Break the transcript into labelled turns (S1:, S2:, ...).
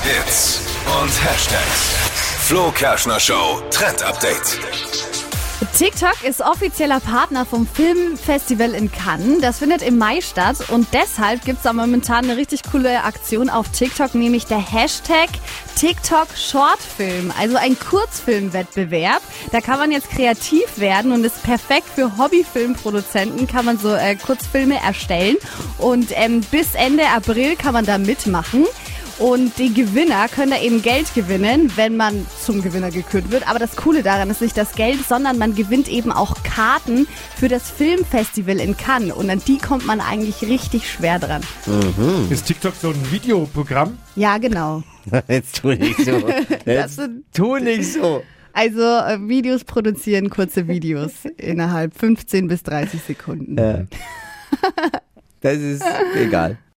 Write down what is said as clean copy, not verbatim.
S1: Hits und Hashtags. Flo Kerschner Show Trend Update.
S2: TikTok ist offizieller Partner vom Filmfestival in Cannes. Das findet im Mai statt und deshalb gibt es da momentan eine richtig coole Aktion auf TikTok, nämlich der Hashtag TikTok Shortfilm, also ein Kurzfilmwettbewerb. Da kann man jetzt kreativ werden und ist perfekt für Hobbyfilmproduzenten, kann man so Kurzfilme erstellen und bis Ende April kann man da mitmachen. Und die Gewinner können da eben Geld gewinnen, wenn man zum Gewinner gekürt wird. Aber das Coole daran ist nicht das Geld, sondern man gewinnt eben auch Karten für das Filmfestival in Cannes. Und an die kommt man eigentlich richtig schwer dran.
S3: Mhm. Ist TikTok so ein Videoprogramm?
S2: Ja, genau.
S4: Jetzt tu nicht so. Tu nicht so.
S2: Also Videos produzieren, kurze Videos innerhalb 15 bis 30 Sekunden.
S4: Das ist egal.